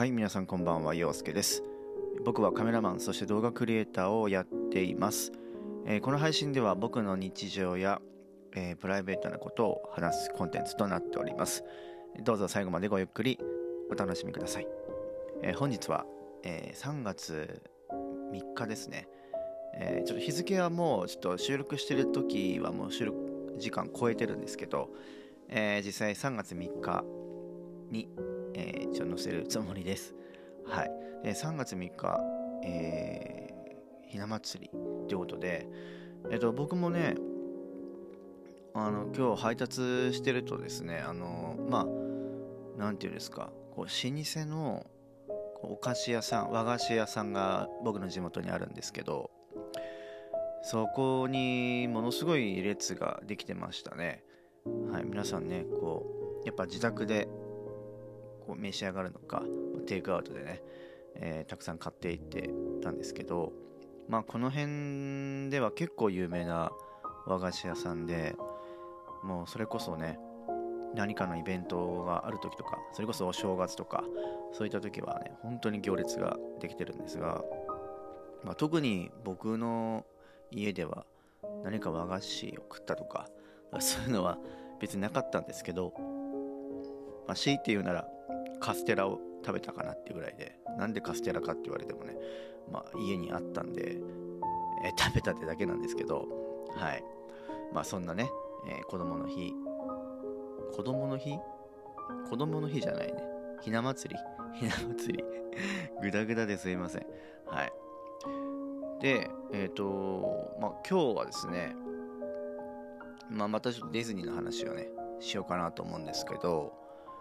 はい、皆さんこんばんは、陽介です。僕はカメラマン、そして動画クリエイターをやっています。この配信では僕の日常や、プライベートなことを話すコンテンツとなっております。どうぞ最後までごゆっくりお楽しみください。本日は、3月3日ですね。ちょっと日付はもうちょっと収録してる時はもう収録時間超えてるんですけど、実際3月3日に、一応載せるつもりです。はい。3月3日、ひな祭りということで、僕もね、今日配達してるとですね、なんていうんですか、こう老舗のお菓子屋さん、和菓子屋さんが僕の地元にあるんですけど、そこにものすごい列ができてましたね。はい、皆さんね、こうやっぱ自宅でこう召し上がるのか、テイクアウトでね、たくさん買っていってたんですけど、この辺では結構有名な和菓子屋さんで、もうそれこそね、何かのイベントがある時とか、それこそお正月とか、そういった時はね、本当に行列ができてるんですが、特に僕の家では何か和菓子を食ったとか、そういうのは別になかったんですけど、強いて言うならカステラを食べたかなっていうぐらいで、なんでカステラかって言われてもね、家にあったんで、食べたってだけなんですけど、はい。そんなね、子供の日子供の日じゃないね、ひな祭りぐだぐだですいません。はい。で今日はですね、またちょっとディズニーの話をねしようかなと思うんですけど、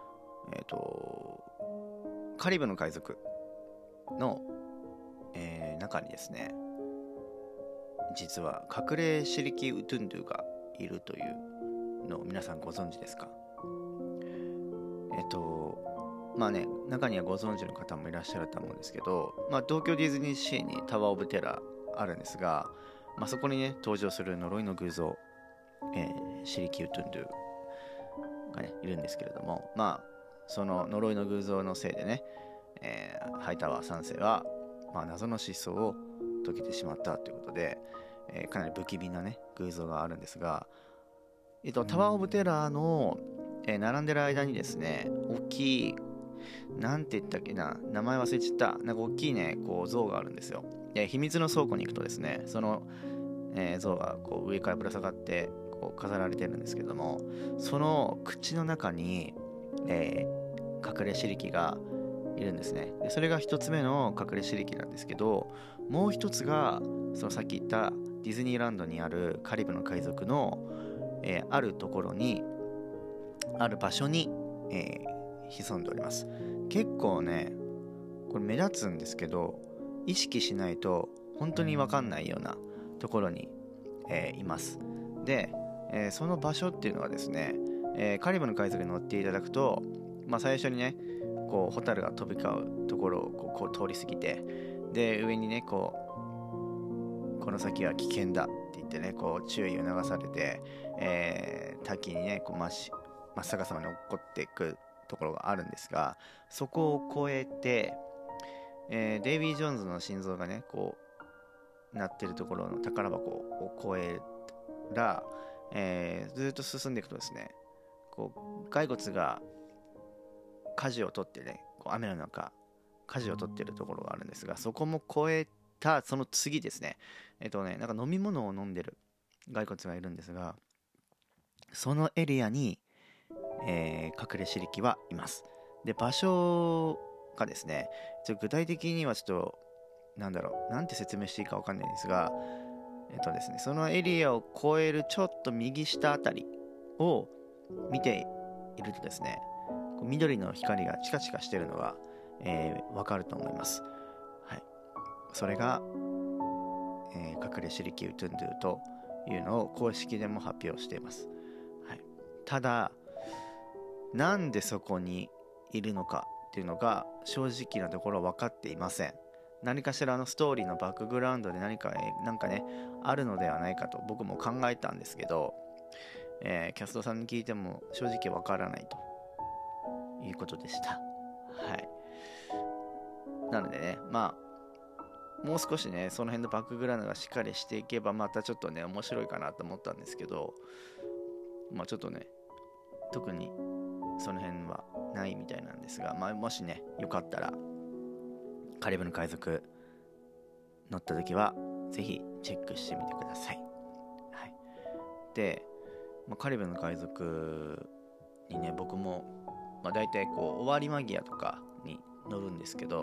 カリブの海賊の、中にですね、実は隠れシリキ・ウトゥンドゥがいるというのを皆さんご存知ですか？中にはご存知の方もいらっしゃると思うんですけど、東京ディズニーシーにタワーオブテラーあるんですが、そこにね登場する呪いの偶像、シリキ・ウトゥンドゥがねいるんですけれども、その呪いの偶像のせいでね、ハイタワー3世は、謎の失踪を解けてしまったということで、かなり不気味なね偶像があるんですが、タワーオブテラーの、並んでる間にですね、大きい、なんて言ったっけな、名前忘れちゃった、なんか大きいねこう像があるんですよ。秘密の倉庫に行くとですね、その、像がこう上からぶら下がってこう飾られてるんですけども、その口の中に、隠れシリキがいるんですね。でそれが一つ目の隠れシリキなんですけど、もう一つがそのさっき言ったディズニーランドにあるカリブの海賊の、あるところにある場所に、潜んでおります。結構ねこれ目立つんですけど、意識しないと本当に分かんないようなところに、います。で、その場所っていうのはですね、カリブの海賊に乗っていただくと、最初にねこうホタルが飛び交うところをこう通り過ぎて、で上にねこの先は危険だって言ってねこう注意を促されて、滝にねこう真っ逆さまに落っこっていくところがあるんですが、そこを越えて、デイビー・ジョーンズの心臓がねこうなってるところの宝箱を越えら、ずっと進んでいくとですね、こう骸骨が舵を取ってねこう雨の中舵を取ってるところがあるんですが、そこも越えたその次ですね、なんか飲み物を飲んでる骸骨がいるんですが、そのエリアに、隠れシリキはいます。で場所がですね、具体的にはちょっとなんて説明していいか分かんないんですが、ですね、そのエリアを越えるちょっと右下あたりを見ているとですね、緑の光がチカチカしてるのが、分かると思います。はい、それが、隠れシリキ・ウトゥンドゥというのを公式でも発表しています。はい、ただなんでそこにいるのかっていうのが正直なところ分かっていません。何かしらのストーリーのバックグラウンドでなんかねあるのではないかと僕も考えたんですけど、キャストさんに聞いても正直分からないということでした。はい。 なのでね、もう少しね、その辺のバックグラウンドがしっかりしていけば、またちょっとね、面白いかなと思ったんですけど、ちょっとね、特にその辺はないみたいなんですが、もしね、よかったら、カリブの海賊乗った時は、ぜひチェックしてみてください。はい。で、カリブの海賊にね、僕も、大体こう終わり間際とかに乗るんですけど、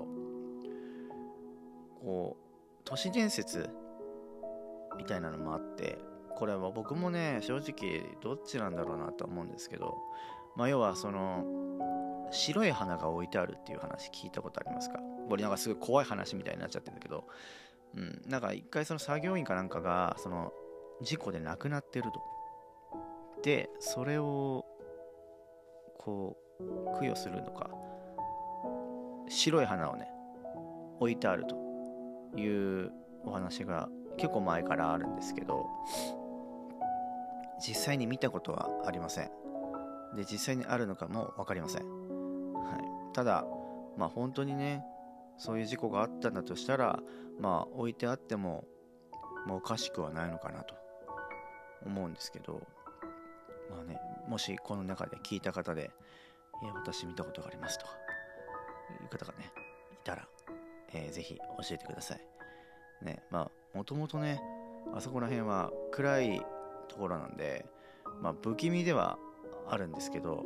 こう都市伝説みたいなのもあって、これは僕もね、正直どっちなんだろうなと思うんですけど、要はその白い花が置いてあるっていう話聞いたことありますか？これなんかすごい怖い話みたいになっちゃってるんだけど、なんか一回その作業員かなんかがその事故で亡くなってると。で、それをこう供養するのか、白い花をね置いてあるというお話が結構前からあるんですけど、実際に見たことはありません。で、実際にあるのかも分かりません。はい、ただ本当にね、そういう事故があったんだとしたら、置いてあってもおかしくはないのかなと思うんですけど、もしこの中で聞いた方で、私見たことがありますという方がねいたら、ぜひ教えてくださいね。もともとね、あそこら辺は暗いところなんで、不気味ではあるんですけど、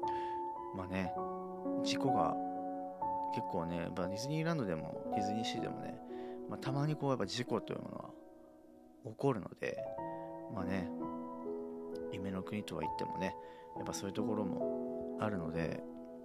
事故が結構ね、ディズニーランドでもディズニーシーでもね、たまにこうやっぱ事故というものは起こるので、夢の国とは言ってもね、やっぱそういうところもあるので、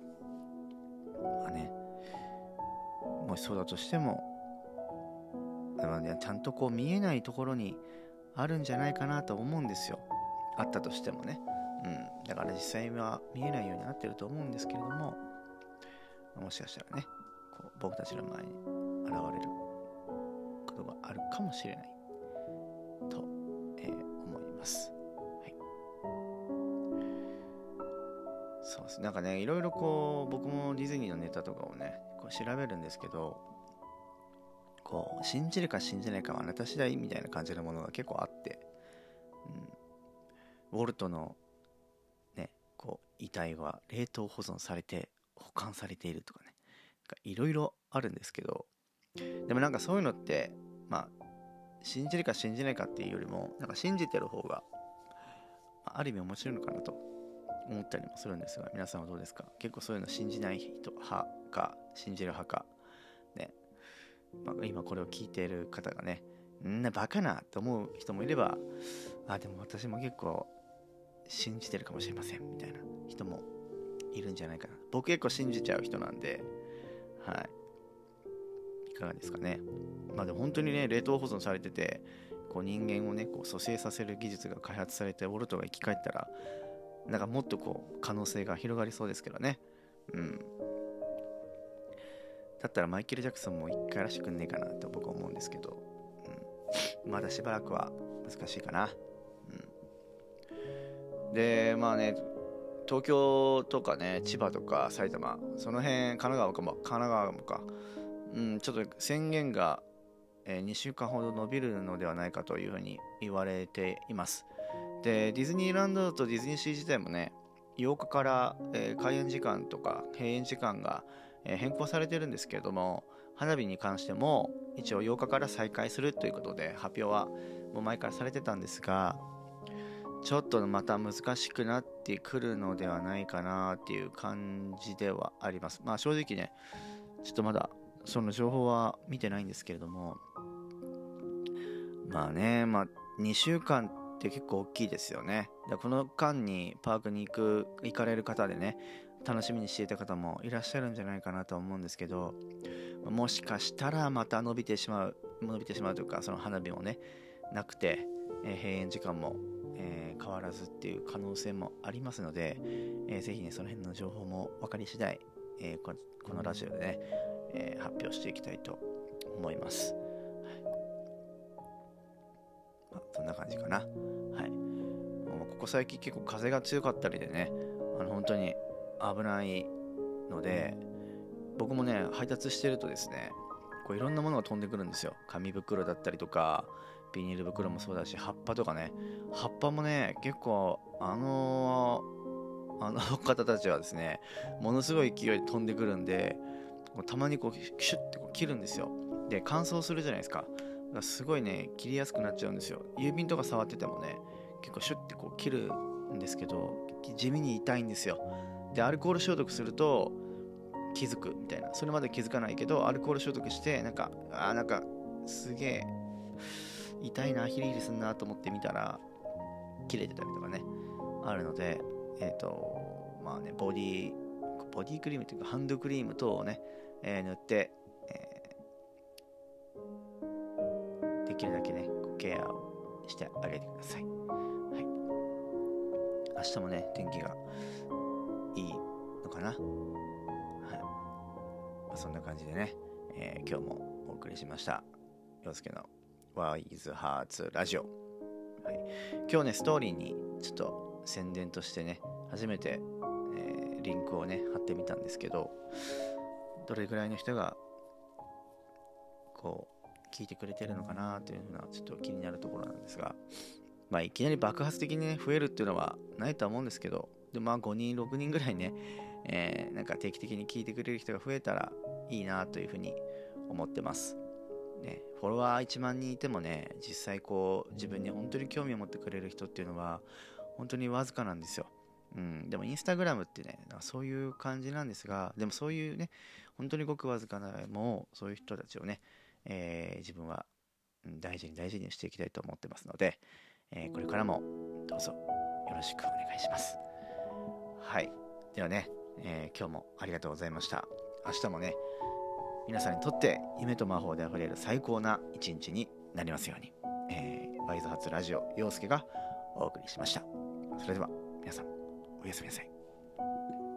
もしそうだとしても、ちゃんとこう見えないところにあるんじゃないかなと思うんですよ。あったとしてもね。だから実際は見えないようになってると思うんですけれども、もしかしたらね、こう僕たちの前に現れることがあるかもしれないと、思います。はい。そうですね。なんかね、いろいろこう僕もディズニーのネタとかをね、こう調べるんですけど、こう信じるか信じないかはあなた次第みたいな感じのものが結構あって、ウォルトのね、こう遺体は冷凍保存されて保管されているとかね、いろいろあるんですけど、でもなんかそういうのって信じるか信じないかっていうよりも、なんか信じてる方がある意味面白いのかなと思ったりもするんですが、皆さんはどうですか？結構そういうの信じない人派か信じる派かね、今これを聞いている方がね、バカなと思う人もいれば、でも私も結構信じてるかもしれませんみたいな人もいるんじゃないかな。僕結構信じちゃう人なんで、いかがですかね。でも本当にね、冷凍保存されてて、こう人間をね、こう蘇生させる技術が開発されて、ウォルトが生き返ったら、なんかもっとこう可能性が広がりそうですけどね。だったらマイケル・ジャクソンも一回らしてくんねえかなと僕は思うんですけど、まだしばらくは難しいかな。で、東京とかね、千葉とか埼玉、その辺、神奈川もか、ちょっと宣言が、2週間ほど伸びるのではないかというふうに言われています。で、ディズニーランドとディズニーシー自体もね、8日から、開園時間とか閉園時間が、変更されてるんですけれども、花火に関しても一応8日から再開するということで発表はもう前からされてたんですが、ちょっとまた難しくなってくるのではないかなっていう感じではあります。正直ね、ちょっとまだその情報は見てないんですけれども、2週間って結構大きいですよね。この間にパークに行かれる方でね、楽しみにしていた方もいらっしゃるんじゃないかなと思うんですけど、もしかしたらまた伸びてしまうというか、その花火もねなくて、閉園時間も、変わらずっていう可能性もありますので、ぜひねその辺の情報も分かり次第、このラジオでね、発表していきたいと思います。そんな感じかな。ここ最近結構風が強かったりでね、本当に危ないので、 僕もね配達してるとですね、こういろんなものが飛んでくるんですよ。紙袋だったりとか、ビニール袋もそうだし、葉っぱとかね。葉っぱもね結構あの方たちはですね、ものすごい勢いで飛んでくるんで、たまにこうシュッてこう切るんですよ。で乾燥するじゃないですか。だからすごいね切りやすくなっちゃうんですよ。郵便とか触っててもね結構シュッてこう切るんですけど、地味に痛いんですよ。でアルコール消毒すると気づくみたいな、それまで気づかないけどアルコール消毒してなんかすげえ痛いな、ヒリヒリすんなと思ってみたら切れてたりとかねあるので、まあねボディクリームというかハンドクリーム等をね、塗って、できるだけねケアをしてあげてください。はい、明日もね天気がいいのかな。はい、まあ、そんな感じでね、今日もお送りしました陽介のワイズハーツラジオ。はい、今日ねストーリーにちょっと宣伝としてね初めて、リンクをね貼ってみたんですけど、どれぐらいの人がこう聞いてくれてるのかなというのはちょっと気になるところなんですが、まあいきなり爆発的にね増えるっていうのはないとは思うんですけど、でまあ5人6人ぐらいね、なんか定期的に聞いてくれる人が増えたらいいなというふうに思ってますね。フォロワー1万人いてもね、実際こう自分に本当に興味を持ってくれる人っていうのは本当にわずかなんですよ。でもインスタグラムってねそういう感じなんですが、でもそういうね本当にごくわずかなもうそういう人たちをね、自分は大事にしていきたいと思ってますので、これからもどうぞよろしくお願いします。はい、ではね、今日もありがとうございました。明日もね皆さんにとって夢と魔法であふれる最高な一日になりますように、ワイズハーツラジオ陽介がお送りしました。それでは皆さんおやすみなさい。